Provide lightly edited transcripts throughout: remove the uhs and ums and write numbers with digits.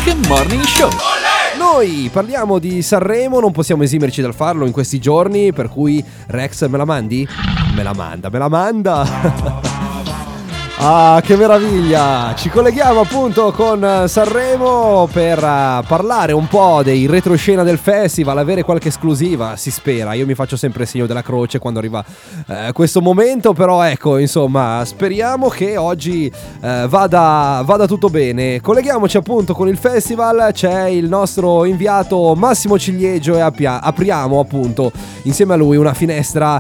Nick Morning Show. Noi parliamo di Sanremo, non possiamo esimerci dal farlo in questi giorni, per cui Rex, me la mandi? Me la manda. Ah, che meraviglia! Ci colleghiamo appunto con Sanremo per parlare un po' dei retroscena del festival, avere qualche esclusiva, si spera. Io mi faccio sempre il segno della croce quando arriva questo momento, però ecco, insomma, speriamo che oggi vada tutto bene. Colleghiamoci appunto con il festival, c'è il nostro inviato Massimo Ciliegio e apriamo appunto insieme a lui una finestra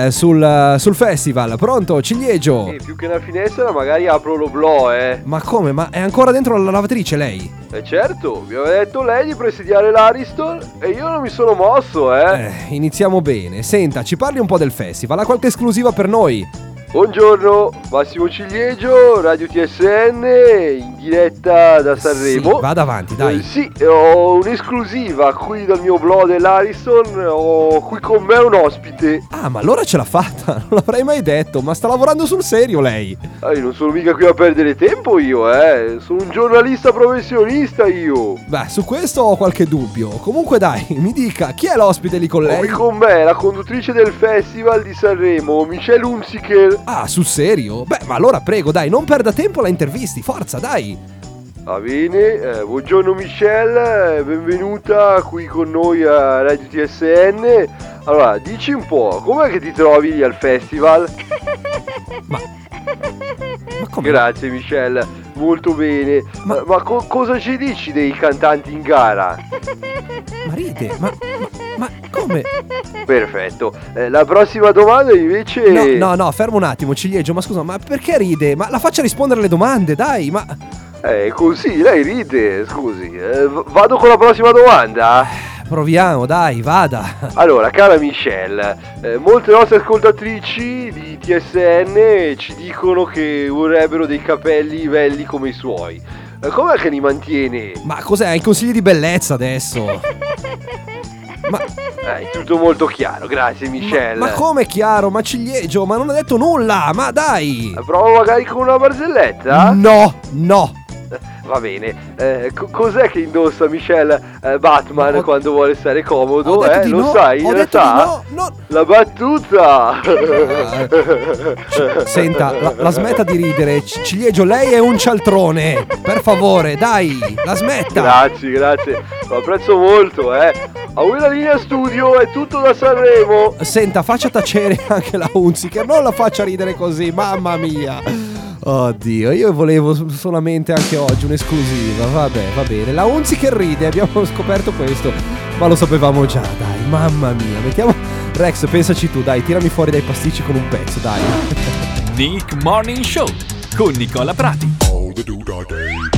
sul festival. Pronto, Ciliegio? Più che una finestra magari apro l'oblò, Ma come? Ma è ancora dentro la lavatrice lei? Certo, mi aveva detto lei di presidiare l'Ariston e io non mi sono mosso, Iniziamo bene. Senta, ci parli un po' del festival, ha qualche esclusiva per noi? Buongiorno, Massimo Ciliegio, Radio TSN, in diretta da Sanremo. Sì, vada avanti, dai. Sì, ho un'esclusiva qui dal mio blog dell'Ariston, ho qui con me un ospite. Ah, ma allora ce l'ha fatta, non l'avrei mai detto, ma sta lavorando sul serio lei? Io non sono mica qui a perdere tempo io, sono un giornalista professionista io. Beh, su questo ho qualche dubbio. Comunque dai, mi dica, chi è l'ospite lì con lei? Qui con me la conduttrice del festival di Sanremo, Michelle Hunziker. Ah, sul serio? Beh, ma allora prego, dai, non perda tempo, la intervisti, forza, dai. Va bene, buongiorno Michelle, benvenuta qui con noi a Radio TSN. Allora, dici un po', com'è che ti trovi lì al festival? Ma come? Grazie Michelle, molto bene. Ma cosa ci dici dei cantanti in gara? Ma ride, ma come? Perfetto, la prossima domanda invece... No, fermo un attimo, Ciliegio, ma scusa, ma perché ride? Ma la faccia rispondere alle domande, dai, ma... Così, lei ride, scusi. Vado con la prossima domanda? Proviamo, dai, vada. Allora, cara Michelle, molte nostre ascoltatrici di TSN ci dicono che vorrebbero dei capelli belli come i suoi. Com'è che li mantiene? Ma cos'è, i consigli di bellezza adesso? Ma è tutto molto chiaro, grazie Michelle. Ma come chiaro? Ma Ciliegio, ma non ha detto nulla, ma dai! Provo magari con una barzelletta? No. Va bene, cos'è che indossa Michelle Batman quando vuole stare comodo? Lo no. sai? Ho in detto realtà? di no. La battuta! Senta, la smetta di ridere, Ciliegio, lei è un cialtrone, per favore, dai, la smetta. Grazie, lo apprezzo molto, A voi la linea studio, è tutto da Sanremo. Senta, faccia tacere anche la Hunziker, non la faccia ridere così, mamma mia. Oddio, io volevo solamente anche oggi un'esclusiva. Vabbè, va bene. La Hunziker ride, abbiamo scoperto questo, ma lo sapevamo già, dai, mamma mia. Mettiamo... Rex, pensaci tu, dai, tirami fuori dai pasticci con un pezzo, dai. Nick Morning Show con Nicola Prati. All the do-da day.